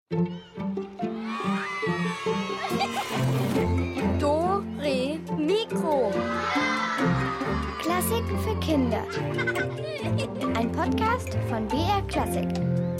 Dore Mikro. Klassiken für Kinder. Ein Podcast von BR Klassik.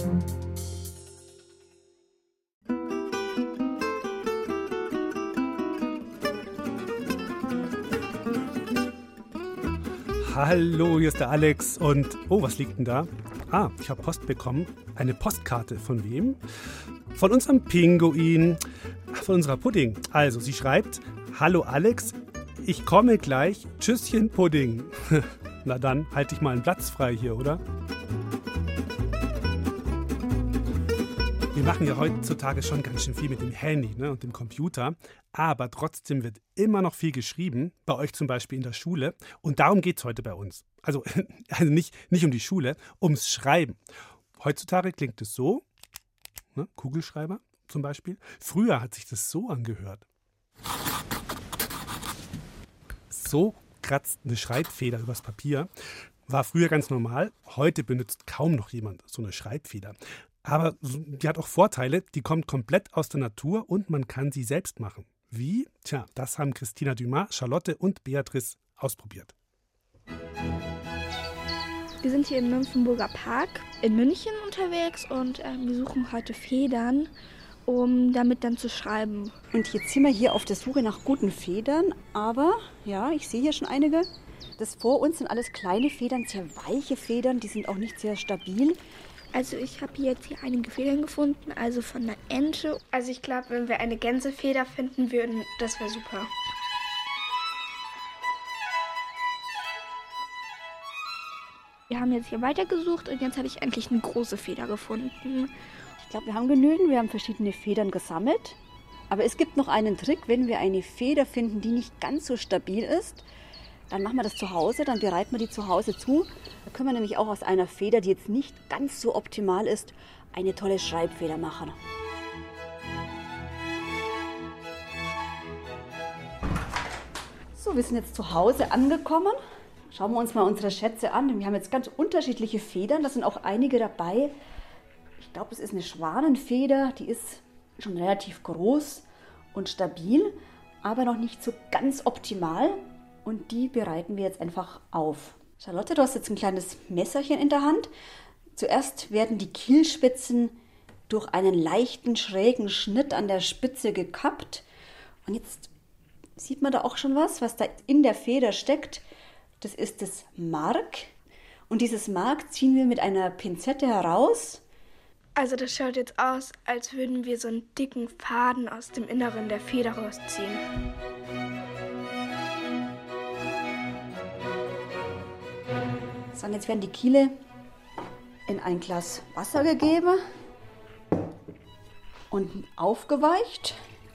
Hallo, hier ist der Alex und, was liegt denn da? Ich habe Post bekommen. Eine Postkarte. Von wem? Von unserem Pinguin. Von unserer Pudding. Also, sie schreibt: Hallo Alex, ich komme gleich. Tschüsschen Pudding. Na dann, halte ich mal einen Platz frei hier, oder? Wir machen ja heutzutage schon ganz schön viel mit dem Handy, und dem Computer, aber trotzdem wird immer noch viel geschrieben, bei euch zum Beispiel in der Schule, und darum geht es heute bei uns. Also nicht um die Schule, ums Schreiben. Heutzutage klingt es so, Kugelschreiber zum Beispiel. Früher hat sich das so angehört. So kratzt eine Schreibfeder übers Papier. War früher ganz normal, heute benutzt kaum noch jemand so eine Schreibfeder. Aber die hat auch Vorteile, die kommt komplett aus der Natur und man kann sie selbst machen. Wie? Tja, das haben Christina Dumas, Charlotte und Beatrice ausprobiert. Wir sind hier im Nymphenburger Park in München unterwegs und wir suchen heute Federn, um damit dann zu schreiben. Und jetzt sind wir hier auf der Suche nach guten Federn, aber ja, ich sehe hier schon einige. Das vor uns sind alles kleine Federn, sehr weiche Federn, die sind auch nicht sehr stabil. Also ich habe jetzt hier einige Federn gefunden, also von der Ente. Also ich glaube, wenn wir eine Gänsefeder finden würden, das wäre super. Wir haben jetzt hier weitergesucht und jetzt habe ich endlich eine große Feder gefunden. Ich glaube, wir haben genügend, wir haben verschiedene Federn gesammelt. Aber es gibt noch einen Trick, wenn wir eine Feder finden, die nicht ganz so stabil ist, dann machen wir das zu Hause, dann bereiten wir die zu Hause zu. Da können wir nämlich auch aus einer Feder, die jetzt nicht ganz so optimal ist, eine tolle Schreibfeder machen. So, wir sind jetzt zu Hause angekommen. Schauen wir uns mal unsere Schätze an. Wir haben jetzt ganz unterschiedliche Federn, da sind auch einige dabei. Ich glaube, es ist eine Schwanenfeder, die ist schon relativ groß und stabil, aber noch nicht so ganz optimal. Und die bereiten wir jetzt einfach auf. Charlotte, du hast jetzt ein kleines Messerchen in der Hand. Zuerst werden die Kielspitzen durch einen leichten, schrägen Schnitt an der Spitze gekappt. Und jetzt sieht man da auch schon was da in der Feder steckt. Das ist das Mark. Und dieses Mark ziehen wir mit einer Pinzette heraus. Also das schaut jetzt aus, als würden wir so einen dicken Faden aus dem Inneren der Feder rausziehen. So, und jetzt werden die Kiele in ein Glas Wasser gegeben und aufgeweicht,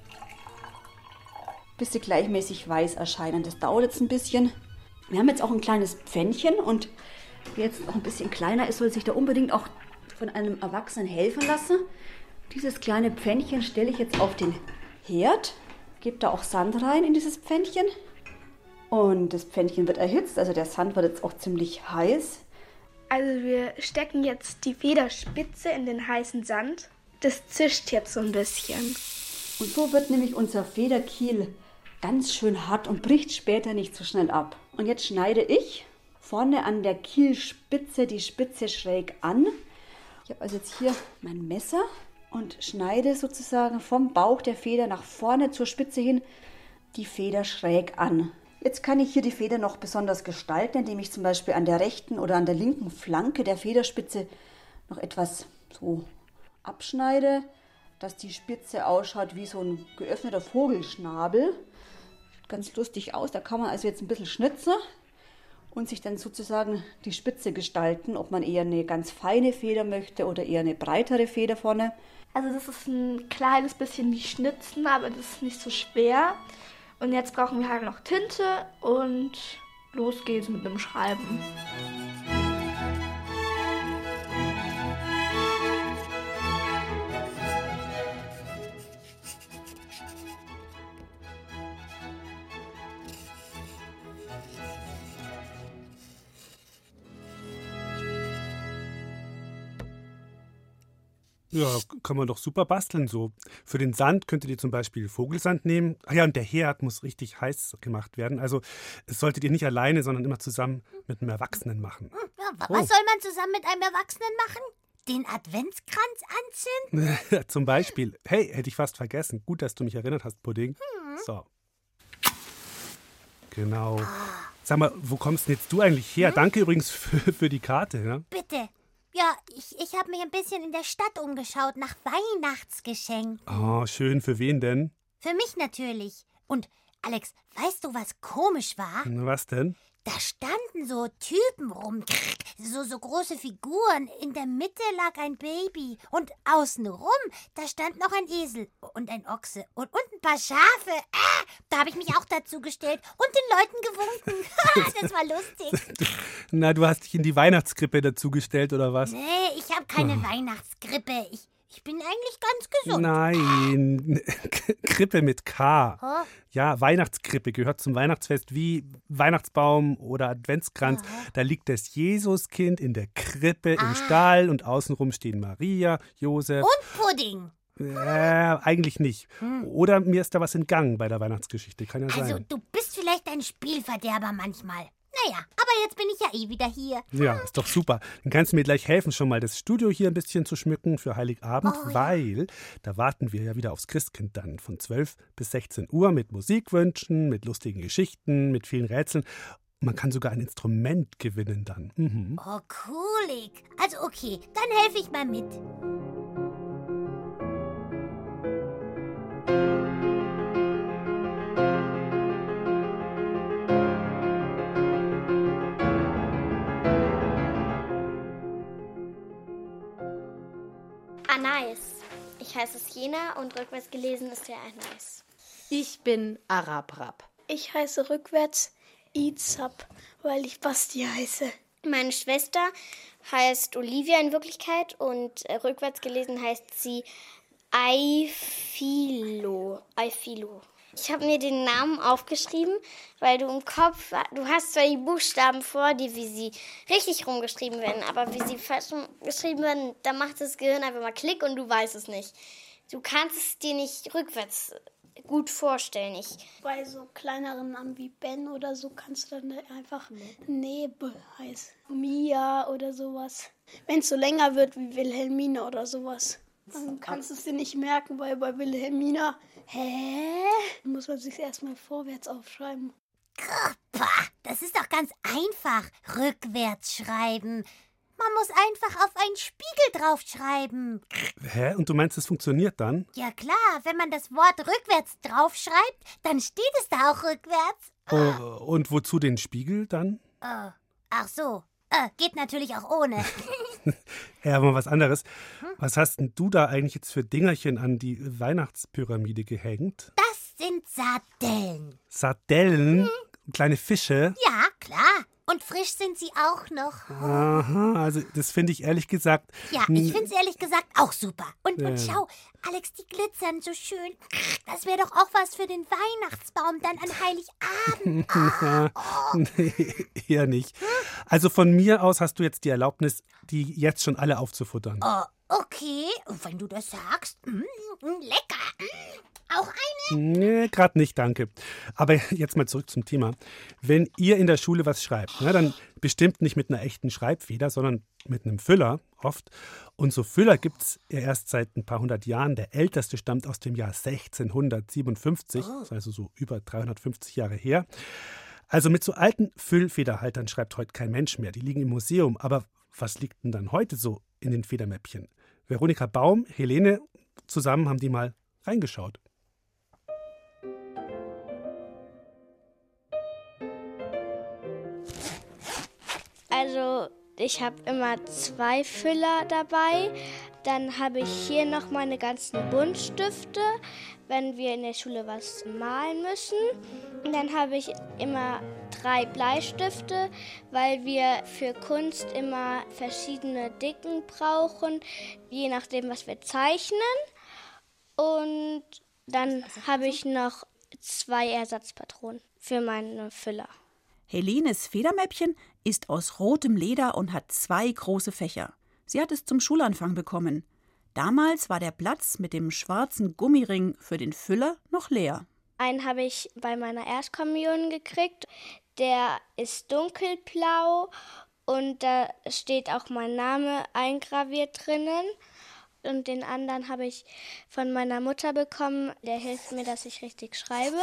bis sie gleichmäßig weiß erscheinen. Das dauert jetzt ein bisschen. Wir haben jetzt auch ein kleines Pfännchen und wer jetzt noch ein bisschen kleiner ist, soll sich da unbedingt auch von einem Erwachsenen helfen lassen. Dieses kleine Pfännchen stelle ich jetzt auf den Herd, gebe da auch Sand rein in dieses Pfännchen. Und das Pfännchen wird erhitzt, also der Sand wird jetzt auch ziemlich heiß. Also wir stecken jetzt die Federspitze in den heißen Sand. Das zischt jetzt so ein bisschen. Und so wird nämlich unser Federkiel ganz schön hart und bricht später nicht so schnell ab. Und jetzt schneide ich vorne an der Kielspitze die Spitze schräg an. Ich habe also jetzt hier mein Messer und schneide sozusagen vom Bauch der Feder nach vorne zur Spitze hin die Feder schräg an. Jetzt kann ich hier die Feder noch besonders gestalten, indem ich zum Beispiel an der rechten oder an der linken Flanke der Federspitze noch etwas so abschneide, dass die Spitze ausschaut wie so ein geöffneter Vogelschnabel. Sieht ganz lustig aus. Da kann man also jetzt ein bisschen schnitzen und sich dann sozusagen die Spitze gestalten, ob man eher eine ganz feine Feder möchte oder eher eine breitere Feder vorne. Also das ist ein kleines bisschen wie Schnitzen, aber das ist nicht so schwer. Und jetzt brauchen wir halt noch Tinte und los geht's mit dem Schreiben. Ja, kann man doch super basteln so. Für den Sand könntet ihr zum Beispiel Vogelsand nehmen. Ah ja, und der Herd muss richtig heiß gemacht werden. Also das solltet ihr nicht alleine, sondern immer zusammen mit einem Erwachsenen machen. Ja, was soll man zusammen mit einem Erwachsenen machen? Den Adventskranz anzünden? Zum Beispiel. Hey, hätte ich fast vergessen. Gut, dass du mich erinnert hast, Pudding. So. Genau. Sag mal, wo kommst denn jetzt du eigentlich her? Danke übrigens für die Karte. Ne? Bitte. Ja, ich habe mich ein bisschen in der Stadt umgeschaut nach Weihnachtsgeschenken. Oh, schön. Für wen denn? Für mich natürlich. Und Alex, weißt du, was komisch war? Na, was denn? Da standen so Typen rum, so große Figuren. In der Mitte lag ein Baby und außenrum, da stand noch ein Esel und ein Ochse und ein paar Schafe. Da habe ich mich auch dazu gestellt und den Leuten gewunken. Das war lustig. Na, du hast dich in die Weihnachtskrippe dazugestellt, oder was? Nee, ich habe keine Weihnachtskrippe. Ich bin eigentlich ganz gesund. Nein, Krippe mit K. Oh. Ja, Weihnachtskrippe gehört zum Weihnachtsfest wie Weihnachtsbaum oder Adventskranz. Da liegt das Jesuskind in der Krippe im Stall und außenrum stehen Maria, Josef. Und Pudding. Eigentlich nicht. Oder mir ist da was entgangen bei der Weihnachtsgeschichte, kann ja sein. Also, du bist vielleicht ein Spielverderber manchmal. Naja, aber jetzt bin ich ja eh wieder hier. Ja, ist doch super. Dann kannst du mir gleich helfen, schon mal das Studio hier ein bisschen zu schmücken für Heiligabend, weil da warten wir ja wieder aufs Christkind dann von 12 bis 16 Uhr mit Musikwünschen, mit lustigen Geschichten, mit vielen Rätseln. Man kann sogar ein Instrument gewinnen dann. Mhm. Oh, coolig. Also okay, dann helfe ich mal mit. Anais. Ich heiße Siena und rückwärts gelesen ist der Anais. Ich bin Arabrab. Ich heiße rückwärts Izab, weil ich Basti heiße. Meine Schwester heißt Olivia in Wirklichkeit und rückwärts gelesen heißt sie Aifilo. Ich habe mir den Namen aufgeschrieben, weil du im Kopf, du hast zwar die Buchstaben vor dir, wie sie richtig rumgeschrieben werden, aber wie sie falsch geschrieben werden, da macht das Gehirn einfach mal Klick und du weißt es nicht. Du kannst es dir nicht rückwärts gut vorstellen. Bei so kleineren Namen wie Ben oder so kannst du dann einfach Nebe heißen. Mia oder sowas. Wenn es so länger wird wie Wilhelmina oder sowas. Dann kannst du es dir nicht merken, weil bei Wilhelmina, muss man sich erstmal vorwärts aufschreiben. Das ist doch ganz einfach. Rückwärts schreiben. Man muss einfach auf einen Spiegel draufschreiben. Hä? Und du meinst, es funktioniert dann? Ja klar, wenn man das Wort rückwärts draufschreibt, dann steht es da auch rückwärts. Oh, und wozu den Spiegel dann? Ach so. Geht natürlich auch ohne. Ja, aber was anderes. Was hast denn du da eigentlich jetzt für Dingerchen an die Weihnachtspyramide gehängt? Das sind Sardellen. Sardellen? Kleine Fische? Ja, klar. Und frisch sind sie auch noch. Aha, also das finde ich ehrlich gesagt... Ja, ich finde es ehrlich gesagt auch super. Und schau, Alex, die glitzern so schön. Das wäre doch auch was für den Weihnachtsbaum dann an Heiligabend. Nee, eher nicht. Also von mir aus hast du jetzt die Erlaubnis, die jetzt schon alle aufzufuttern. Okay, wenn du das sagst. Lecker. Auch eine? Nee, gerade nicht, danke. Aber jetzt mal zurück zum Thema. Wenn ihr in der Schule was schreibt, dann bestimmt nicht mit einer echten Schreibfeder, sondern mit einem Füller oft. Und so Füller gibt es ja erst seit ein paar hundert Jahren. Der älteste stammt aus dem Jahr 1657, also so über 350 Jahre her. Also mit so alten Füllfederhaltern schreibt heute kein Mensch mehr. Die liegen im Museum. Aber was liegt denn dann heute so in den Federmäppchen? Veronika Baum, Helene, zusammen haben die mal reingeschaut. Also ich habe immer 2 Füller dabei. Dann habe ich hier noch meine ganzen Buntstifte, wenn wir in der Schule was malen müssen. Und dann habe ich immer 3 Bleistifte, weil wir für Kunst immer verschiedene Dicken brauchen, je nachdem, was wir zeichnen. Und dann habe ich noch 2 Ersatzpatronen für meine Füller. Helenes Federmäppchen ist aus rotem Leder und hat 2 große Fächer. Sie hat es zum Schulanfang bekommen. Damals war der Platz mit dem schwarzen Gummiring für den Füller noch leer. Einen habe ich bei meiner Erstkommunion gekriegt. Der ist dunkelblau und da steht auch mein Name eingraviert drinnen. Und den anderen habe ich von meiner Mutter bekommen. Der hilft mir, dass ich richtig schreibe.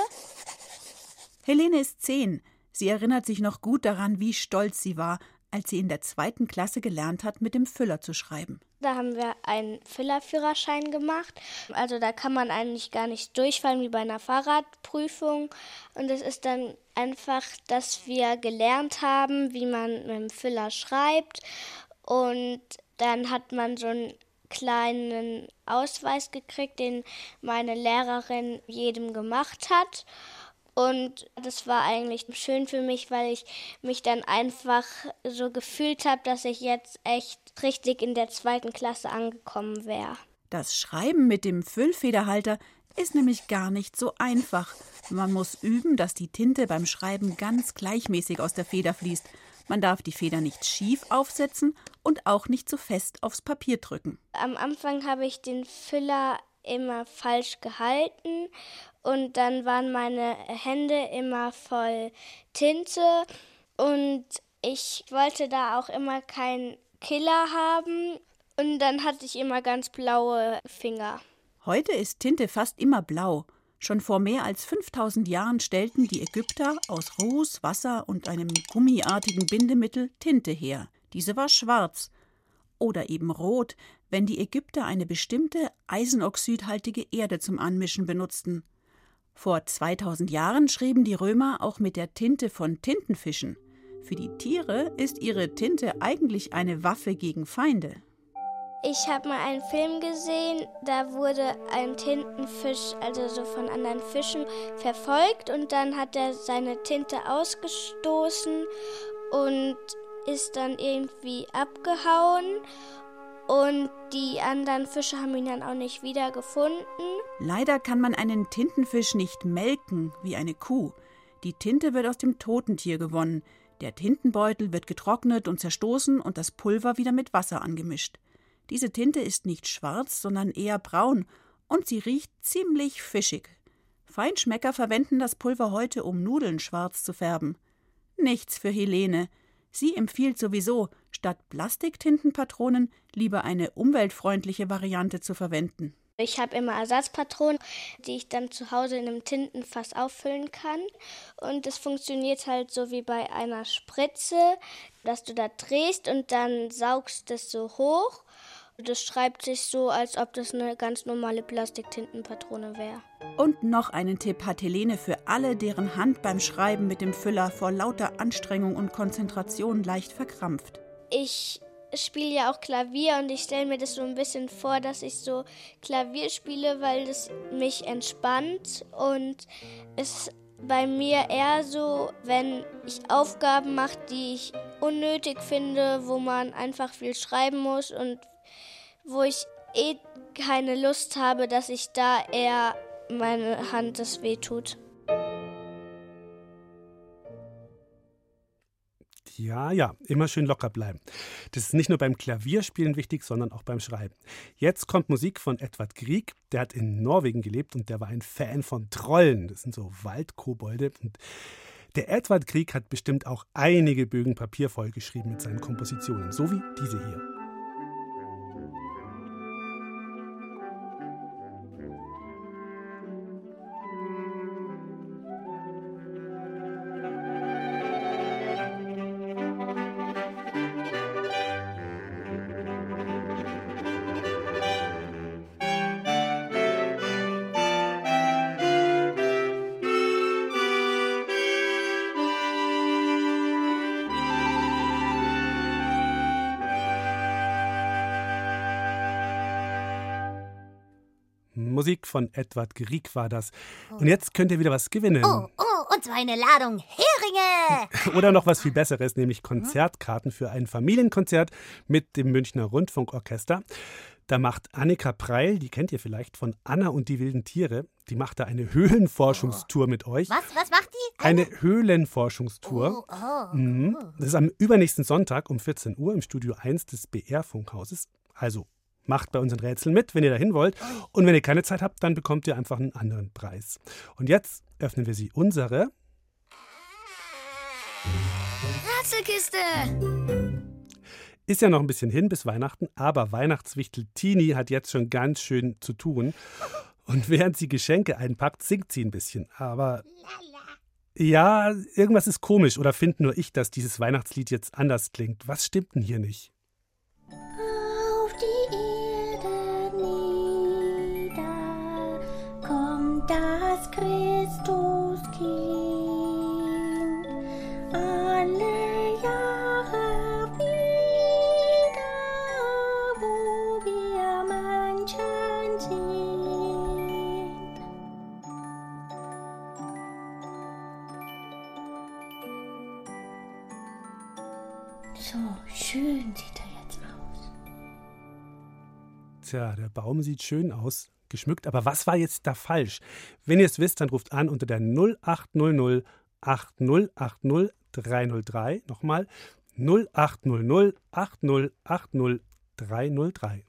Helene ist 10. Sie erinnert sich noch gut daran, wie stolz sie war, als sie in der 2. Klasse gelernt hat, mit dem Füller zu schreiben. Da haben wir einen Füllerführerschein gemacht. Also da kann man eigentlich gar nicht durchfallen wie bei einer Fahrradprüfung. Und es ist dann einfach, dass wir gelernt haben, wie man mit dem Füller schreibt. Und dann hat man so einen kleinen Ausweis gekriegt, den meine Lehrerin jedem gemacht hat. Und das war eigentlich schön für mich, weil ich mich dann einfach so gefühlt habe, dass ich jetzt echt richtig in der 2. Klasse angekommen wäre. Das Schreiben mit dem Füllfederhalter ist nämlich gar nicht so einfach. Man muss üben, dass die Tinte beim Schreiben ganz gleichmäßig aus der Feder fließt. Man darf die Feder nicht schief aufsetzen und auch nicht zu fest aufs Papier drücken. Am Anfang habe ich den Füller immer falsch gehalten und dann waren meine Hände immer voll Tinte und ich wollte da auch immer keinen Killer haben und dann hatte ich immer ganz blaue Finger. Heute ist Tinte fast immer blau. Schon vor mehr als 5000 Jahren stellten die Ägypter aus Ruß, Wasser und einem gummiartigen Bindemittel Tinte her. Diese war schwarz oder eben rot, wenn die Ägypter eine bestimmte eisenoxidhaltige Erde zum Anmischen benutzten. Vor 2000 Jahren schrieben die Römer auch mit der Tinte von Tintenfischen. Für die Tiere ist ihre Tinte eigentlich eine Waffe gegen Feinde. Ich habe mal einen Film gesehen, da wurde ein Tintenfisch, also so von anderen Fischen, verfolgt und dann hat er seine Tinte ausgestoßen und ist dann irgendwie abgehauen und die anderen Fische haben ihn dann auch nicht wieder gefunden. Leider kann man einen Tintenfisch nicht melken wie eine Kuh. Die Tinte wird aus dem toten Tier gewonnen. Der Tintenbeutel wird getrocknet und zerstoßen und das Pulver wieder mit Wasser angemischt. Diese Tinte ist nicht schwarz, sondern eher braun und sie riecht ziemlich fischig. Feinschmecker verwenden das Pulver heute, um Nudeln schwarz zu färben. Nichts für Helene. Sie empfiehlt sowieso, statt Plastiktintenpatronen lieber eine umweltfreundliche Variante zu verwenden. Ich habe immer Ersatzpatronen, die ich dann zu Hause in einem Tintenfass auffüllen kann. Und es funktioniert halt so wie bei einer Spritze, dass du da drehst und dann saugst es so hoch. Das schreibt sich so, als ob das eine ganz normale Plastiktintenpatrone wäre. Und noch einen Tipp hat Helene für alle, deren Hand beim Schreiben mit dem Füller vor lauter Anstrengung und Konzentration leicht verkrampft. Ich spiele ja auch Klavier und ich stelle mir das so ein bisschen vor, dass ich so Klavier spiele, weil das mich entspannt und es bei mir eher so, wenn ich Aufgaben mache, die ich unnötig finde, wo man einfach viel schreiben muss und wo ich keine Lust habe, dass ich da eher meine Hand das wehtut. Ja, immer schön locker bleiben. Das ist nicht nur beim Klavierspielen wichtig, sondern auch beim Schreiben. Jetzt kommt Musik von Edvard Grieg. Der hat in Norwegen gelebt und der war ein Fan von Trollen. Das sind so Waldkobolde. Und der Edvard Grieg hat bestimmt auch einige Bögen Papier vollgeschrieben mit seinen Kompositionen, so wie diese hier. Musik von Edvard Grieg war das. Und jetzt könnt ihr wieder was gewinnen. Oh, und zwar eine Ladung Heringe. Oder noch was viel Besseres, nämlich Konzertkarten für ein Familienkonzert mit dem Münchner Rundfunkorchester. Da macht Annika Preil, die kennt ihr vielleicht von Anna und die wilden Tiere, die macht da eine Höhlenforschungstour mit euch. Was macht die? Eine Höhlenforschungstour. Das ist am übernächsten Sonntag um 14 Uhr im Studio 1 des BR-Funkhauses. Also Macht bei unseren Rätseln mit, wenn ihr dahin wollt. Und wenn ihr keine Zeit habt, dann bekommt ihr einfach einen anderen Preis. Und jetzt öffnen wir unsere Rätselkiste. Ist ja noch ein bisschen hin bis Weihnachten, aber Weihnachtswichtel Tini hat jetzt schon ganz schön zu tun. Und während sie Geschenke einpackt, singt sie ein bisschen. Aber ja, irgendwas ist komisch. Oder finde nur ich, dass dieses Weihnachtslied jetzt anders klingt. Was stimmt denn hier nicht? Auf die Erde nieder kommt das Christuskind. Alle Jahre wieder, wo wir manchen sind. So schön sieht er jetzt aus. Tja, der Baum sieht schön aus, geschmückt. Aber was war jetzt da falsch? Wenn ihr es wisst, dann ruft an unter der 0800 8080 303. Nochmal 0800 8080 303.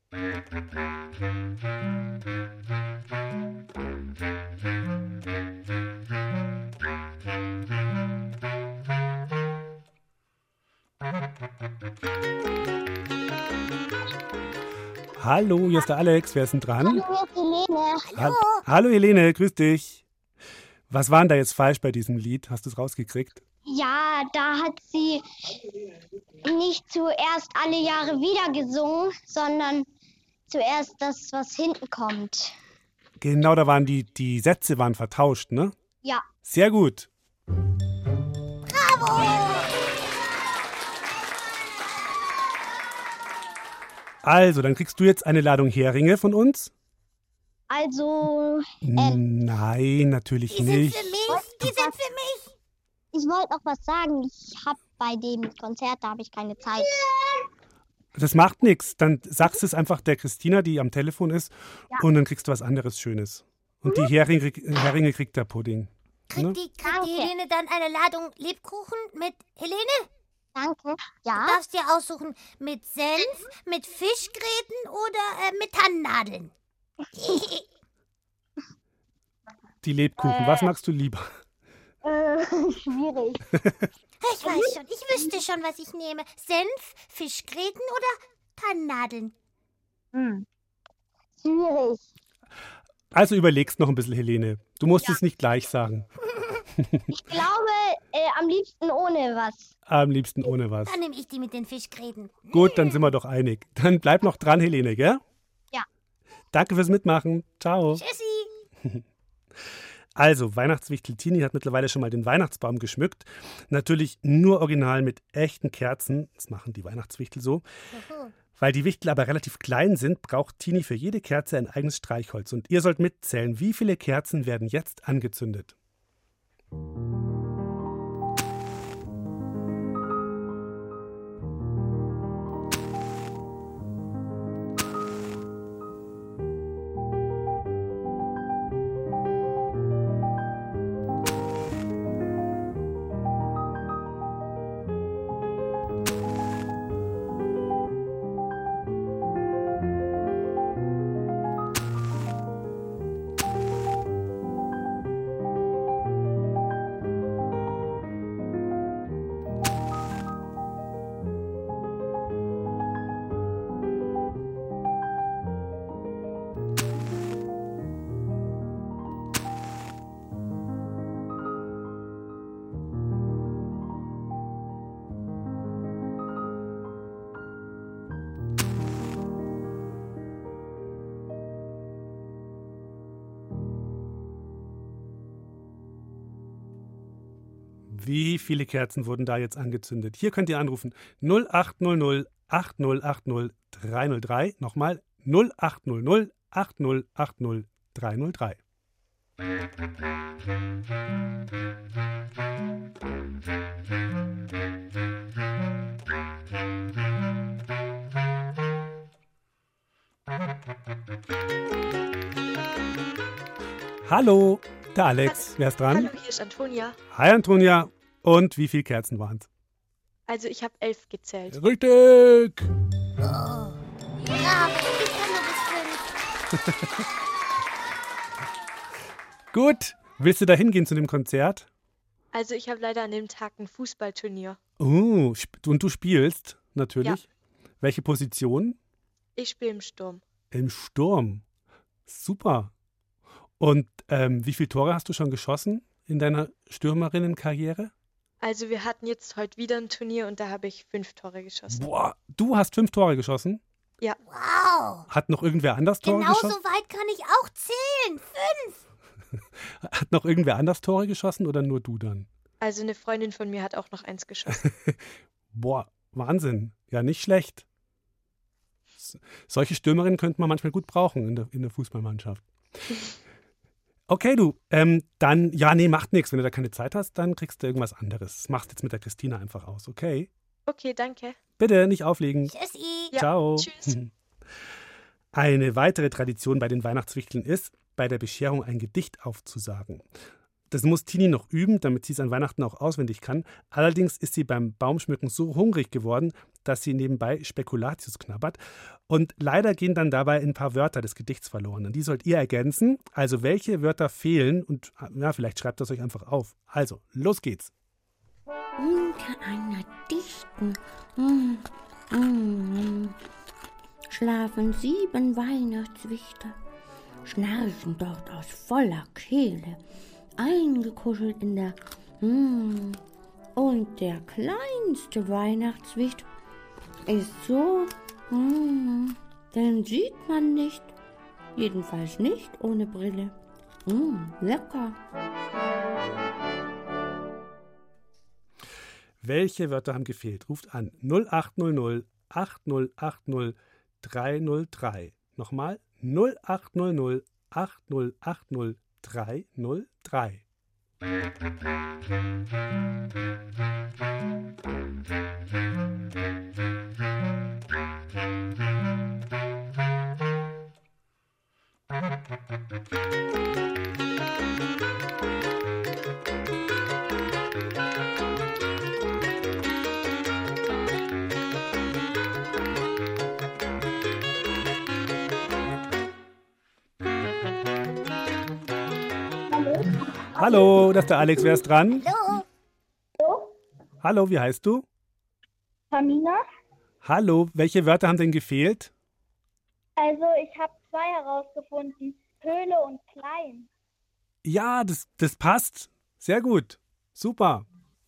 Hallo, hier ist der Alex. Wer ist denn dran? Hallo, hier ist Helene. Hallo. Hallo Helene, grüß dich. Was war denn da jetzt falsch bei diesem Lied? Hast du es rausgekriegt? Ja, da hat sie nicht zuerst alle Jahre wieder gesungen, sondern zuerst das, was hinten kommt. Genau, da waren die Sätze waren vertauscht, ne? Ja. Sehr gut. Bravo! Also, dann kriegst du jetzt eine Ladung Heringe von uns? Also, Nein, natürlich Die sind nicht. für mich, die sind für mich. ich wollte noch was sagen. Ich habe bei dem Konzert, da habe ich keine Zeit. Das macht nichts. Dann sagst du es einfach der Christina, die am Telefon ist, und dann kriegst du was anderes Schönes. Und die Heringe kriegt der Pudding. Ne? Kriegt die Helene dann eine Ladung Lebkuchen mit Helene? Danke. Du Ja, darfst dir aussuchen, mit Senf, mit Fischgräten oder mit Tannennadeln. Die Lebkuchen, was magst du lieber? schwierig. Ich weiß schon, ich wüsste schon, was ich nehme. Senf, Fischgräten oder Tannennadeln? Schwierig. Also überlegst noch ein bisschen, Helene. Du musst es nicht gleich sagen. Ich glaube, am liebsten ohne was. Am liebsten ohne was. Dann nehme ich die mit den Fischgräten. Gut, dann sind wir doch einig. Dann bleib noch dran, Helene, gell? Ja. Danke fürs Mitmachen. Ciao. Tschüssi. Also, Weihnachtswichtel Tini hat mittlerweile schon mal den Weihnachtsbaum geschmückt. Natürlich nur original mit echten Kerzen. Das machen die Weihnachtswichtel so. Weil die Wichtel aber relativ klein sind, braucht Tini für jede Kerze ein eigenes Streichholz. Und ihr sollt mitzählen, wie viele Kerzen werden jetzt angezündet. Wie viele Kerzen wurden da jetzt angezündet? Hier könnt ihr anrufen 0800 8080 303. Nochmal 0800 8080 303. Hallo, der Alex. Wer ist dran? Hallo, hier ist Antonia. Hi Antonia. Und wie viele Kerzen waren es? Also ich habe 11 gezählt. Richtig! Bravo! brav. Ich kann nur bis 5. Gut. Willst du da hingehen zu dem Konzert? Also ich habe leider an dem Tag ein Fußballturnier. Und du spielst natürlich. Ja. Welche Position? Ich spiele im Sturm. Im Sturm. Super. Und wie viele Tore hast du schon geschossen in deiner Stürmerinnenkarriere? Also wir hatten jetzt heute wieder ein Turnier und da habe ich 5 Tore geschossen. Boah, du hast 5 Tore geschossen? Ja. Wow. Hat noch irgendwer anders Tore Genau so geschossen? weit kann ich auch zählen. 5. Hat noch irgendwer anders Tore geschossen oder nur du dann? Also eine Freundin von mir hat auch noch 1 geschossen. Boah, Wahnsinn. Ja, nicht schlecht. Solche Stürmerinnen könnte man manchmal gut brauchen in der Fußballmannschaft. Okay, du, dann, ja, nee, macht nichts. Wenn du da keine Zeit hast, dann kriegst du irgendwas anderes. Das machst jetzt mit der Christina einfach aus, okay? Okay, danke. Bitte, nicht auflegen. Tschüssi. Ja, Ciao. tschüss. Eine weitere Tradition bei den Weihnachtswichteln ist, bei der Bescherung ein Gedicht aufzusagen. Das muss Tini noch üben, damit sie es an Weihnachten auch auswendig kann. Allerdings ist sie beim Baumschmücken so hungrig geworden, dass sie nebenbei Spekulatius knabbert. Und leider gehen dann dabei ein paar Wörter des Gedichts verloren. Und die sollt ihr ergänzen. Also welche Wörter fehlen? Und ja, vielleicht schreibt das euch einfach auf. Also, los geht's. Unter einer dichten schlafen 7 Weihnachtswichter, schnarchen dort aus voller Kehle, eingekuschelt in der und der kleinste Weihnachtswicht ist so, den sieht man nicht, jedenfalls nicht ohne Brille. Lecker. Welche Wörter haben gefehlt? Ruft an 0800 8080 303. Nochmal 0800 8080 303. Hallo, das ist der Alex. Wer ist dran? Hallo. Hallo, wie heißt du? Pamina. Hallo, welche Wörter haben denn gefehlt? Also ich habe 2 herausgefunden. Höhle und klein. Ja, das passt. Sehr gut. Super.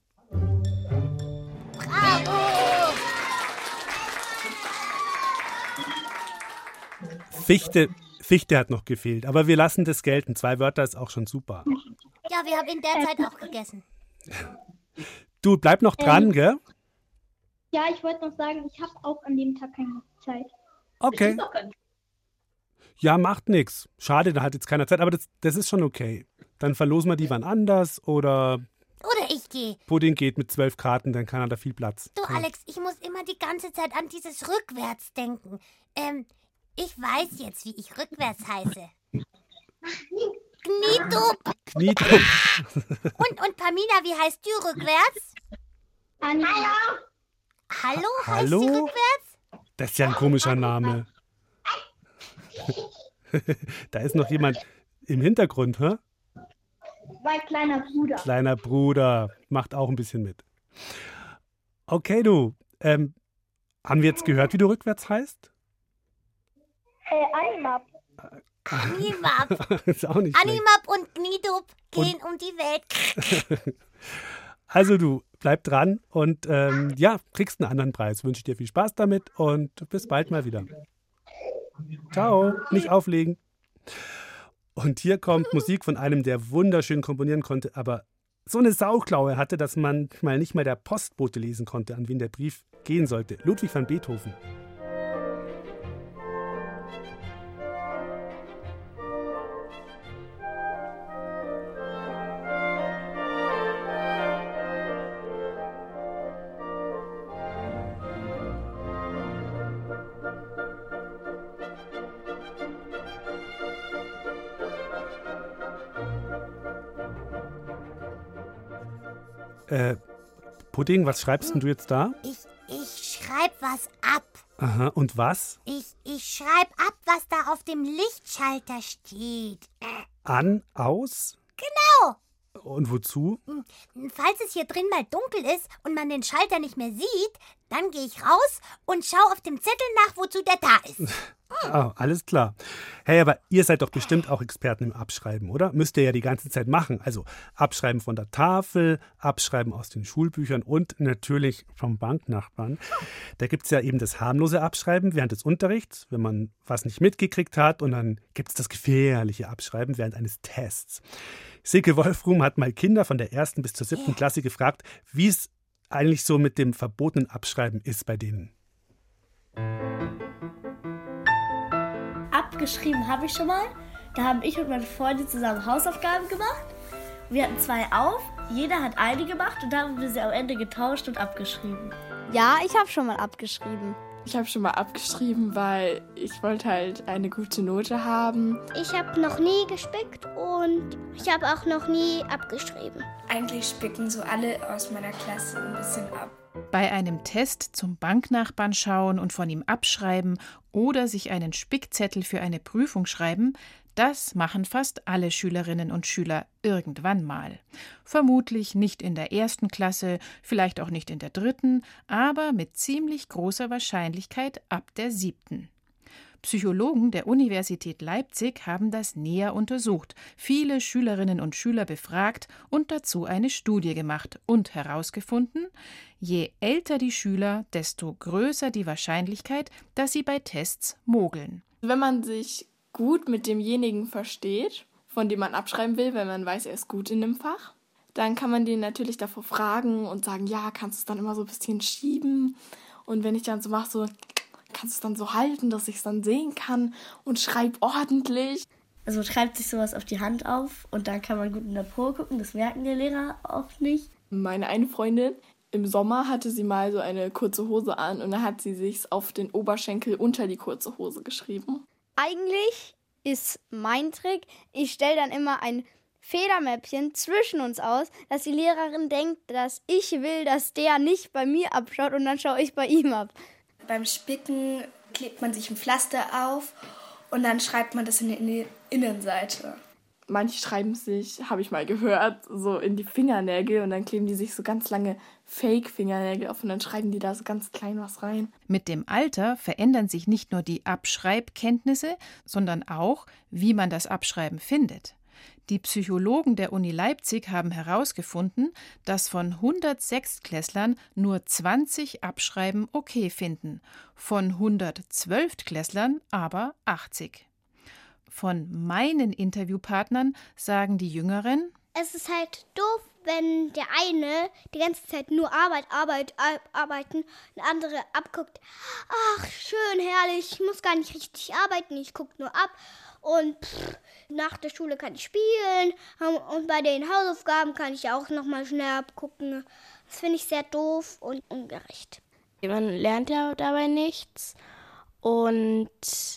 Bravo. Fichte hat noch gefehlt, aber wir lassen das gelten. 2 Wörter ist auch schon super. Ja, wir haben in der Zeit auch gegessen. Du, bleib noch dran, gell? Ja, ich wollte noch sagen, ich habe auch an dem Tag keine Zeit. Okay. Ja, macht nichts. Schade, da hat jetzt keiner Zeit, aber das ist schon okay. Dann verlosen wir die wann anders oder Oder ich gehe. Pudding geht mit 12 Karten, dann kann er da viel Platz. Du, Alex, ich muss immer die ganze Zeit an dieses Rückwärts denken. Ich weiß jetzt, wie ich rückwärts heiße. Kniedup. Kniedup. Und Pamina, wie heißt du rückwärts? Hallo. Hallo? Heißt Hallo? sie rückwärts? Das ist ja ein komischer Name. Da ist noch jemand im Hintergrund, hä? Mein kleiner Bruder. Kleiner Bruder, macht auch ein bisschen mit. Okay, du, haben wir jetzt gehört, wie du rückwärts heißt? Animap. Animap. Ist auch nicht schlecht. Animap und Kniedup gehen um die Welt. Also du, bleib dran und ja, kriegst einen anderen Preis. Wünsche ich dir viel Spaß damit und bis bald mal wieder. Ciao, nicht auflegen. Und hier kommt Musik von einem, der wunderschön komponieren konnte, aber so eine Sauklaue hatte, dass man mal nicht mal der Postbote lesen konnte, an wen der Brief gehen sollte. Ludwig van Beethoven. Pudding, was schreibst denn du jetzt da? Ich schreib was ab. Aha, und was? Ich schreib ab, was da auf dem Lichtschalter steht. An, aus? Genau. Und wozu? Falls es hier drin mal dunkel ist und man den Schalter nicht mehr sieht, dann gehe ich raus und schaue auf dem Zettel nach, wozu der da ist. Oh, alles klar. Hey, aber ihr seid doch bestimmt auch Experten im Abschreiben, oder? Müsst ihr ja die ganze Zeit machen. Also Abschreiben von der Tafel, Abschreiben aus den Schulbüchern und natürlich vom Banknachbarn. Da gibt es ja eben das harmlose Abschreiben während des Unterrichts, wenn man was nicht mitgekriegt hat. Und dann gibt es das gefährliche Abschreiben während eines Tests. Silke Wolfrum hat mal Kinder von der 1. bis zur 7. Klasse gefragt, wie es eigentlich so mit dem verbotenen Abschreiben ist bei denen. Abgeschrieben habe ich schon mal. Da haben ich und meine Freunde zusammen Hausaufgaben gemacht. Wir hatten 2 auf, jeder hat eine gemacht und dann haben wir sie am Ende getauscht und abgeschrieben. Ja, ich habe schon mal abgeschrieben. Ich habe schon mal abgeschrieben, weil ich wollte halt eine gute Note haben. Ich habe noch nie gespickt und ich habe auch noch nie abgeschrieben. Eigentlich spicken so alle aus meiner Klasse ein bisschen ab. Bei einem Test zum Banknachbarn schauen und von ihm abschreiben oder sich einen Spickzettel für eine Prüfung schreiben, das machen fast alle Schülerinnen und Schüler irgendwann mal. Vermutlich nicht in der 1. Klasse, vielleicht auch nicht in der 3., aber mit ziemlich großer Wahrscheinlichkeit ab der 7. Psychologen der Universität Leipzig haben das näher untersucht, viele Schülerinnen und Schüler befragt und dazu eine Studie gemacht und herausgefunden, je älter die Schüler, desto größer die Wahrscheinlichkeit, dass sie bei Tests mogeln. Wenn man sich gut mit demjenigen versteht, von dem man abschreiben will, wenn man weiß, er ist gut in dem Fach, dann kann man den natürlich davor fragen und sagen, ja, kannst du es dann immer so ein bisschen schieben? Und wenn ich dann so mache, so, kannst du es dann so halten, dass ich es dann sehen kann und schreib ordentlich. Also schreibt sich sowas auf die Hand auf und dann kann man gut in der Probe gucken, das merken die Lehrer oft nicht. Meine eine Freundin, im Sommer hatte sie mal so eine kurze Hose an und dann hat sie sich auf den Oberschenkel unter die kurze Hose geschrieben. Eigentlich ist mein Trick, ich stelle dann immer ein Federmäppchen zwischen uns aus, dass die Lehrerin denkt, dass ich will, dass der nicht bei mir abschaut und dann schaue ich bei ihm ab. Beim Spicken klebt man sich ein Pflaster auf und dann schreibt man das in die Innenseite. Manche schreiben sich, habe ich mal gehört, so in die Fingernägel und dann kleben die sich so ganz lange Fake-Fingernägel auf und dann schreiben die da so ganz klein was rein. Mit dem Alter verändern sich nicht nur die Abschreibkenntnisse, sondern auch, wie man das Abschreiben findet. Die Psychologen der Uni Leipzig haben herausgefunden, dass von 100 Sechstklässlern nur 20 Abschreiben okay finden, von 100 Zwölftklässlern aber 80. Von meinen Interviewpartnern sagen die Jüngeren: Es ist halt doof, wenn der eine die ganze Zeit nur arbeiten und der andere abguckt. Ach, schön, herrlich, ich muss gar nicht richtig arbeiten, ich gucke nur ab. Und nach der Schule kann ich spielen und bei den Hausaufgaben kann ich auch nochmal schnell abgucken. Das finde ich sehr doof und ungerecht. Man lernt ja dabei nichts und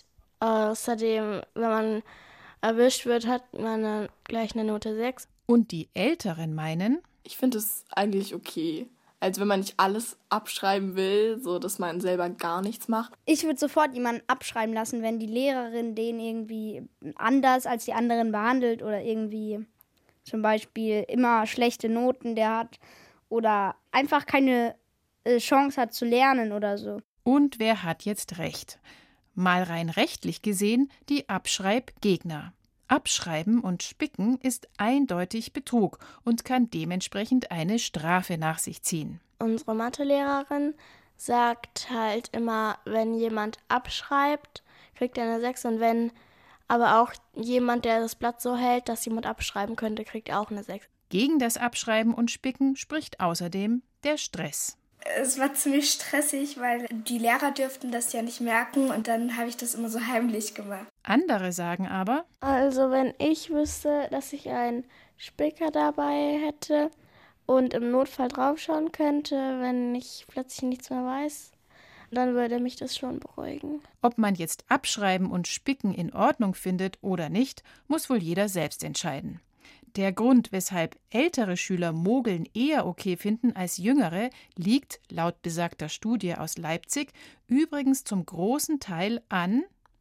außerdem, wenn man erwischt wird, hat man dann gleich eine Note 6. Und die Älteren meinen: Ich finde es eigentlich okay. Also wenn man nicht alles abschreiben will, so dass man selber gar nichts macht. Ich würde sofort jemanden abschreiben lassen, wenn die Lehrerin den irgendwie anders als die anderen behandelt oder irgendwie zum Beispiel immer schlechte Noten der hat oder einfach keine Chance hat zu lernen oder so. Und wer hat jetzt recht? Mal rein rechtlich gesehen die Abschreibgegner. Abschreiben und Spicken ist eindeutig Betrug und kann dementsprechend eine Strafe nach sich ziehen. Unsere Mathelehrerin sagt halt immer, wenn jemand abschreibt, kriegt er eine 6 und wenn aber auch jemand, der das Blatt so hält, dass jemand abschreiben könnte, kriegt auch eine 6. Gegen das Abschreiben und Spicken spricht außerdem der Stress. Es war ziemlich stressig, weil die Lehrer dürften das ja nicht merken und dann habe ich das immer so heimlich gemacht. Andere sagen aber: Also wenn ich wüsste, dass ich einen Spicker dabei hätte und im Notfall draufschauen könnte, wenn ich plötzlich nichts mehr weiß, dann würde mich das schon beruhigen. Ob man jetzt Abschreiben und Spicken in Ordnung findet oder nicht, muss wohl jeder selbst entscheiden. Der Grund, weshalb ältere Schüler Mogeln eher okay finden als jüngere, liegt laut besagter Studie aus Leipzig übrigens zum großen Teil an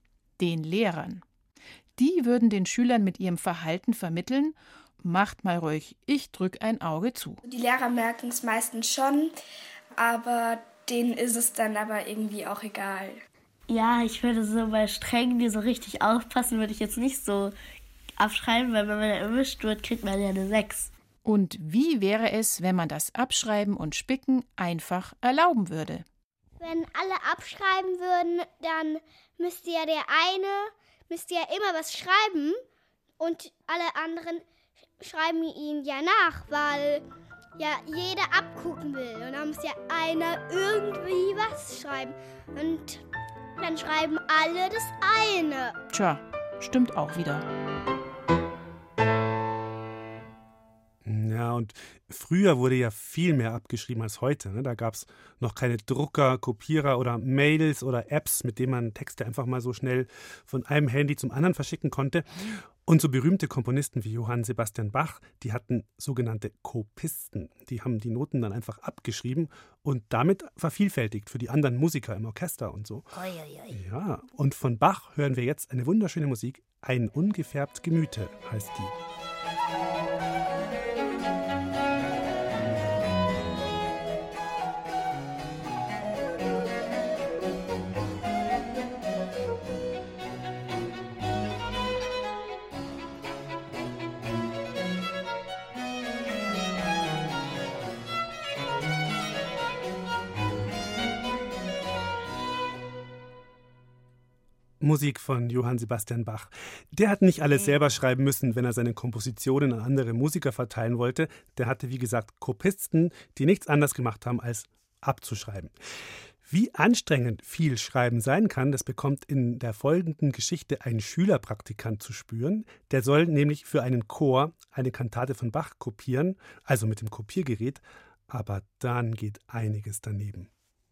den Lehrern. Die würden den Schülern mit ihrem Verhalten vermitteln: Macht mal ruhig, ich drück ein Auge zu. Die Lehrer merken es meistens schon, aber denen ist es dann aber irgendwie auch egal. Ja, ich würde so bei Strengen, die so richtig aufpassen, würde ich jetzt nicht so abschreiben, weil wenn man erwischt wird, kriegt man ja eine 6. Und wie wäre es, wenn man das Abschreiben und Spicken einfach erlauben würde? Wenn alle abschreiben würden, dann müsste ja immer was schreiben und alle anderen schreiben ihn ja nach, weil ja jeder abgucken will. Und dann muss ja einer irgendwie was schreiben. Und dann schreiben alle das eine. Tja, stimmt auch wieder. Ja, und früher wurde ja viel mehr abgeschrieben als heute. Ne? Da gab es noch keine Drucker, Kopierer oder Mails oder Apps, mit denen man Texte einfach mal so schnell von einem Handy zum anderen verschicken konnte. Und so berühmte Komponisten wie Johann Sebastian Bach, die hatten sogenannte Kopisten. Die haben die Noten dann einfach abgeschrieben und damit vervielfältigt für die anderen Musiker im Orchester und so. Ja, und von Bach hören wir jetzt eine wunderschöne Musik. Ein ungefärbt Gemüte heißt die. Musik von Johann Sebastian Bach. Der hat nicht alles selber schreiben müssen, wenn er seine Kompositionen an andere Musiker verteilen wollte. Der hatte, wie gesagt, Kopisten, die nichts anderes gemacht haben, als abzuschreiben. Wie anstrengend viel Schreiben sein kann, das bekommt in der folgenden Geschichte ein Schülerpraktikant zu spüren. Der soll nämlich für einen Chor eine Kantate von Bach kopieren, also mit dem Kopiergerät. Aber dann geht einiges daneben.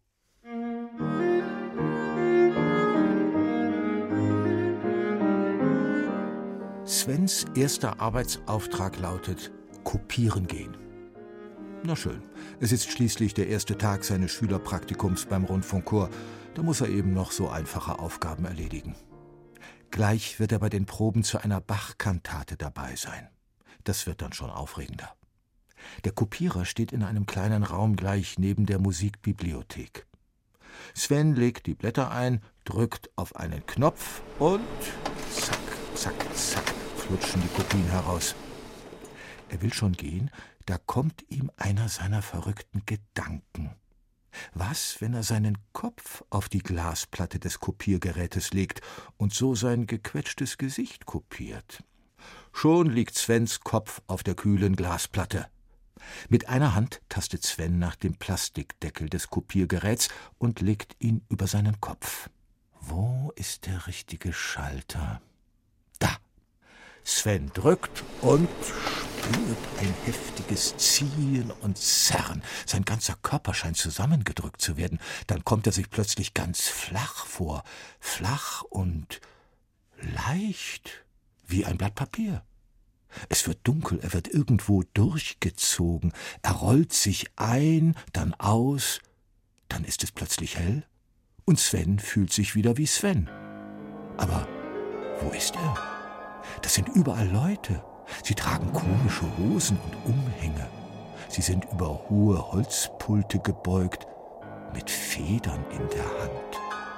Svens erster Arbeitsauftrag lautet: Kopieren gehen. Na schön, es ist schließlich der erste Tag seines Schülerpraktikums beim Rundfunkchor. Da muss er eben noch so einfache Aufgaben erledigen. Gleich wird er bei den Proben zu einer Bach-Kantate dabei sein. Das wird dann schon aufregender. Der Kopierer steht in einem kleinen Raum gleich neben der Musikbibliothek. Sven legt die Blätter ein, drückt auf einen Knopf und zack, zack, zack, flutschen die Kopien heraus. Er will schon gehen, da kommt ihm einer seiner verrückten Gedanken. Was, wenn er seinen Kopf auf die Glasplatte des Kopiergerätes legt und so sein gequetschtes Gesicht kopiert? Schon liegt Svens Kopf auf der kühlen Glasplatte. Mit einer Hand tastet Sven nach dem Plastikdeckel des Kopiergeräts und legt ihn über seinen Kopf. Wo ist der richtige Schalter? Da! Sven drückt und spürt ein heftiges Ziehen und Zerren. Sein ganzer Körper scheint zusammengedrückt zu werden. Dann kommt er sich plötzlich ganz flach vor. Flach und leicht, wie ein Blatt Papier. Es wird dunkel, er wird irgendwo durchgezogen. Er rollt sich ein, dann aus, dann ist es plötzlich hell und Sven fühlt sich wieder wie Sven. Aber wo ist er? Das sind überall Leute. Sie tragen komische Hosen und Umhänge. Sie sind über hohe Holzpulte gebeugt, mit Federn in der Hand.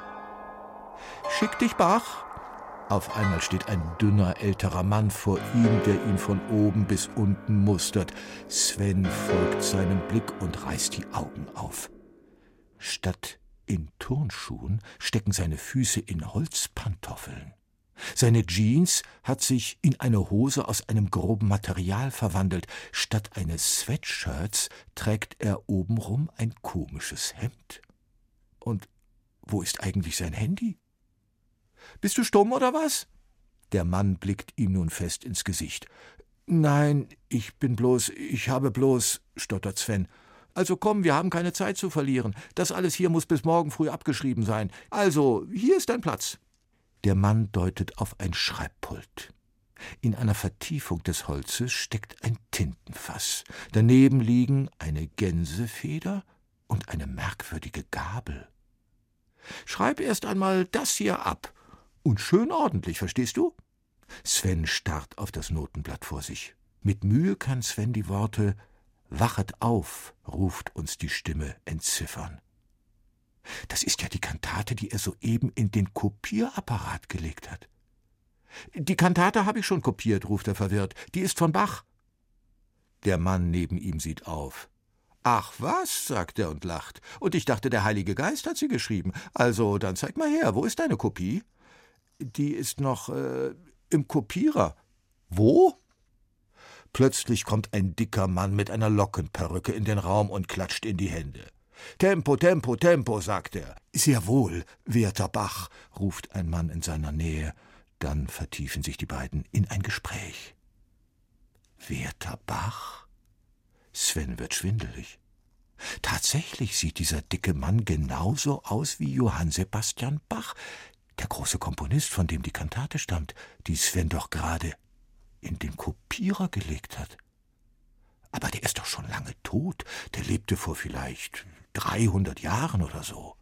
Schick dich, Bach! Auf einmal steht ein dünner, älterer Mann vor ihm, der ihn von oben bis unten mustert. Sven folgt seinem Blick und reißt die Augen auf. Statt in Turnschuhen stecken seine Füße in Holzpantoffeln. Seine Jeans hat sich in eine Hose aus einem groben Material verwandelt. Statt eines Sweatshirts trägt er obenrum ein komisches Hemd. Und wo ist eigentlich sein Handy? Bist du stumm oder was? Der Mann blickt ihm nun fest ins Gesicht. Nein, ich habe bloß, stottert Sven. Also komm, wir haben keine Zeit zu verlieren. Das alles hier muss bis morgen früh abgeschrieben sein. Also, hier ist dein Platz. Der Mann deutet auf ein Schreibpult. In einer Vertiefung des Holzes steckt ein Tintenfass. Daneben liegen eine Gänsefeder und eine merkwürdige Gabel. Schreib erst einmal das hier ab. Und schön ordentlich, verstehst du? Sven starrt auf das Notenblatt vor sich. Mit Mühe kann Sven die Worte »Wachet auf«, ruft uns die Stimme, entziffern. Das ist ja die Kantate, die er soeben in den Kopierapparat gelegt hat. »Die Kantate habe ich schon kopiert«, ruft er verwirrt. »Die ist von Bach.« Der Mann neben ihm sieht auf. »Ach was«, sagt er und lacht. »Und ich dachte, der Heilige Geist hat sie geschrieben. Also, dann zeig mal her, wo ist deine Kopie?« »Die ist noch im Kopierer.« »Wo?« Plötzlich kommt ein dicker Mann mit einer Lockenperücke in den Raum und klatscht in die Hände. »Tempo, Tempo, Tempo«, sagt er. »Sehr wohl, werter Bach«, ruft ein Mann in seiner Nähe. Dann vertiefen sich die beiden in ein Gespräch. »Werter Bach?« Sven wird schwindelig. Tatsächlich sieht dieser dicke Mann genauso aus wie Johann Sebastian Bach, der große Komponist, von dem die Kantate stammt, die Sven doch gerade in den Kopierer gelegt hat. Aber der ist doch schon lange tot. Der lebte vor vielleicht 300 Jahren oder so.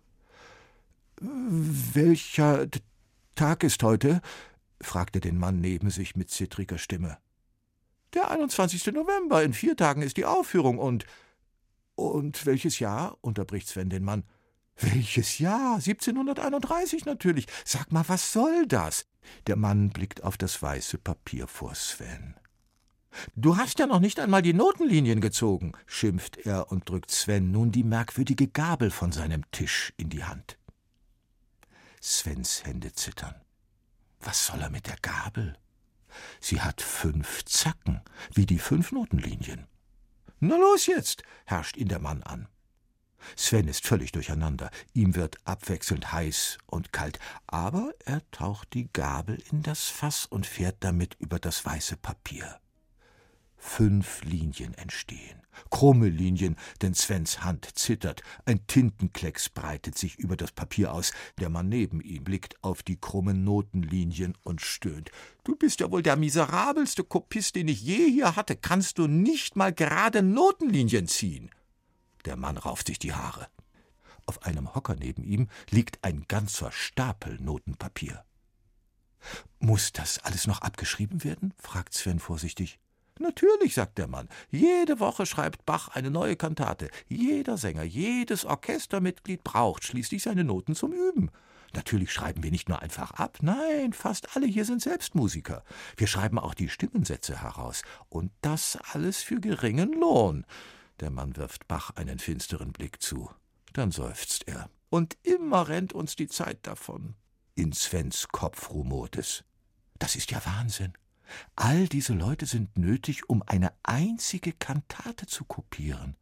»Welcher Tag ist heute?« fragte den Mann neben sich mit zittriger Stimme. »Der 21. November, in 4 Tagen ist die Aufführung und welches Jahr?« unterbricht Sven den Mann. »Welches Jahr? 1731 natürlich. Sag mal, was soll das?« Der Mann blickt auf das weiße Papier vor Sven. »Du hast ja noch nicht einmal die Notenlinien gezogen«, schimpft er und drückt Sven nun die merkwürdige Gabel von seinem Tisch in die Hand. Svens Hände zittern. Was soll er mit der Gabel? Sie hat 5 Zacken, wie die 5 Notenlinien. »Na los jetzt«, herrscht ihn der Mann an. Sven ist völlig durcheinander. Ihm wird abwechselnd heiß und kalt. Aber er taucht die Gabel in das Fass und fährt damit über das weiße Papier. 5 Linien entstehen. Krumme Linien, denn Svens Hand zittert. Ein Tintenklecks breitet sich über das Papier aus. Der Mann neben ihm blickt auf die krummen Notenlinien und stöhnt. »Du bist ja wohl der miserabelste Kopist, den ich je hier hatte. Kannst du nicht mal gerade Notenlinien ziehen?« Der Mann rauft sich die Haare. Auf einem Hocker neben ihm liegt ein ganzer Stapel Notenpapier. »Muss das alles noch abgeschrieben werden?« fragt Sven vorsichtig. »Natürlich«, sagt der Mann. »Jede Woche schreibt Bach eine neue Kantate. Jeder Sänger, jedes Orchestermitglied braucht schließlich seine Noten zum Üben. Natürlich schreiben wir nicht nur einfach ab. Nein, fast alle hier sind selbst Musiker. Wir schreiben auch die Stimmensätze heraus. Und das alles für geringen Lohn.« Der Mann wirft Bach einen finsteren Blick zu. Dann seufzt er. »Und immer rennt uns die Zeit davon.« In Svens Kopf rumort es. Das ist ja Wahnsinn. All diese Leute sind nötig, um eine einzige Kantate zu kopieren.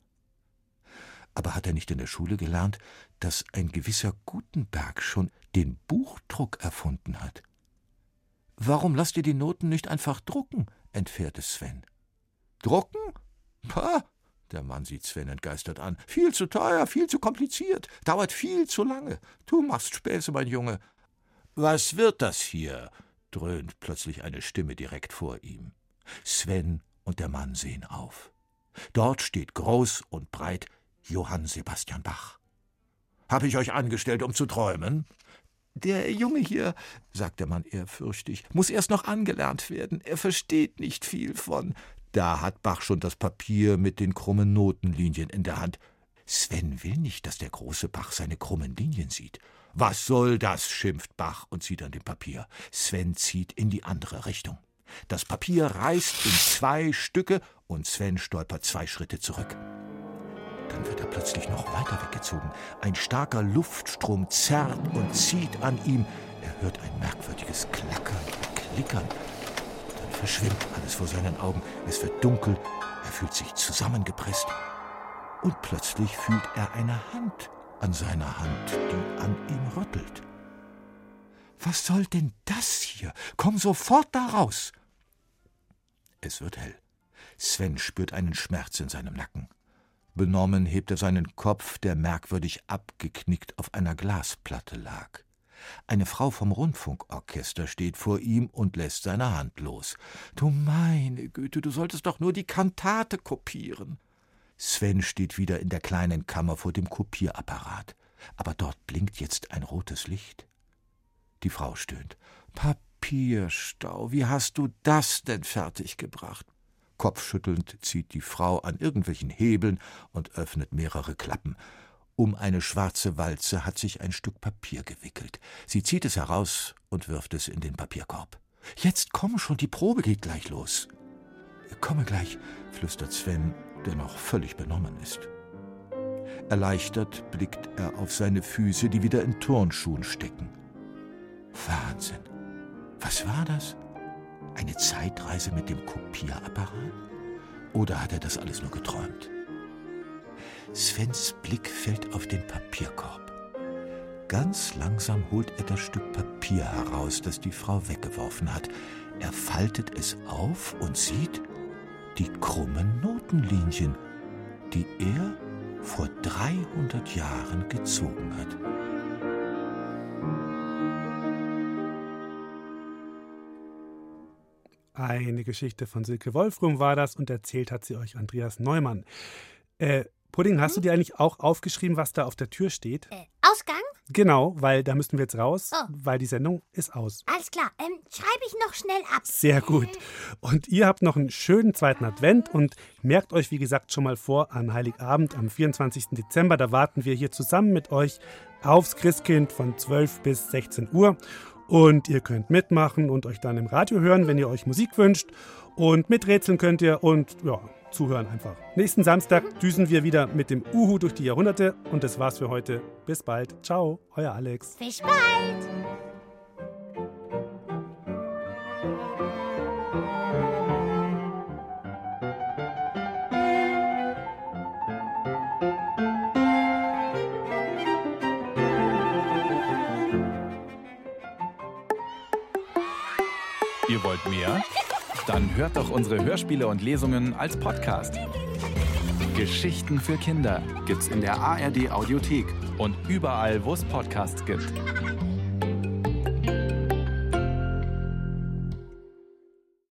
Aber hat er nicht in der Schule gelernt, dass ein gewisser Gutenberg schon den Buchdruck erfunden hat? »Warum lasst ihr die Noten nicht einfach drucken?« entfährt es Sven. »Drucken? Pah!« Der Mann sieht Sven entgeistert an. »Viel zu teuer, viel zu kompliziert, dauert viel zu lange. Du machst Späße, mein Junge.« »Was wird das hier?« dröhnt plötzlich eine Stimme direkt vor ihm. Sven und der Mann sehen auf. Dort steht groß und breit Johann Sebastian Bach. »Hab ich euch angestellt, um zu träumen?« »Der Junge hier«, sagt der Mann ehrfürchtig, »muss erst noch angelernt werden. Er versteht nicht viel von...« Da hat Bach schon das Papier mit den krummen Notenlinien in der Hand. Sven will nicht, dass der große Bach seine krummen Linien sieht. »Was soll das?« schimpft Bach und zieht an dem Papier. Sven zieht in die andere Richtung. Das Papier reißt in 2 Stücke und Sven stolpert 2 Schritte zurück. Dann wird er plötzlich noch weiter weggezogen. Ein starker Luftstrom zerrt und zieht an ihm. Er hört ein merkwürdiges Klackern und Klickern. Dann verschwimmt alles vor seinen Augen. Es wird dunkel. Er fühlt sich zusammengepresst. Und plötzlich fühlt er eine Hand an seiner Hand, die an ihm rüttelt. »Was soll denn das hier? Komm sofort da raus!« Es wird hell. Sven spürt einen Schmerz in seinem Nacken. Benommen hebt er seinen Kopf, der merkwürdig abgeknickt auf einer Glasplatte lag. Eine Frau vom Rundfunkorchester steht vor ihm und lässt seine Hand los. »Du meine Güte, du solltest doch nur die Kantate kopieren!« Sven steht wieder in der kleinen Kammer vor dem Kopierapparat. Aber dort blinkt jetzt ein rotes Licht. Die Frau stöhnt. Papierstau, wie hast du das denn fertiggebracht? Kopfschüttelnd zieht die Frau an irgendwelchen Hebeln und öffnet mehrere Klappen. Um eine schwarze Walze hat sich ein Stück Papier gewickelt. Sie zieht es heraus und wirft es in den Papierkorb. »Jetzt komm schon, die Probe geht gleich los.« »Komme gleich«, flüstert Sven, der noch völlig benommen ist. Erleichtert blickt er auf seine Füße, die wieder in Turnschuhen stecken. Wahnsinn! Was war das? Eine Zeitreise mit dem Kopierapparat? Oder hat er das alles nur geträumt? Svens Blick fällt auf den Papierkorb. Ganz langsam holt er das Stück Papier heraus, das die Frau weggeworfen hat. Er faltet es auf und sieht die krummen Notenlinien, die er vor 300 Jahren gezogen hat. Eine Geschichte von Silke Wolfrum war das und erzählt hat sie euch Andreas Neumann. Pudding, hast du dir eigentlich auch aufgeschrieben, was da auf der Tür steht? Ausgang? Genau, weil da müssten wir jetzt raus, Oh. weil die Sendung ist aus. Alles klar, schreibe ich noch schnell ab. Sehr gut. Und ihr habt noch einen schönen zweiten Advent und merkt euch, wie gesagt, schon mal vor an Heiligabend am 24. Dezember. Da warten wir hier zusammen mit euch aufs Christkind von 12 bis 16 Uhr. Und ihr könnt mitmachen und euch dann im Radio hören, wenn ihr euch Musik wünscht. Und miträtseln könnt ihr und ja, zuhören einfach. Nächsten Samstag düsen wir wieder mit dem Uhu durch die Jahrhunderte. Und das war's für heute. Bis bald. Ciao, euer Alex. Bis bald. Ihr wollt mehr? Dann hört doch unsere Hörspiele und Lesungen als Podcast. Geschichten für Kinder gibt's in der ARD Audiothek und überall, wo es Podcasts gibt.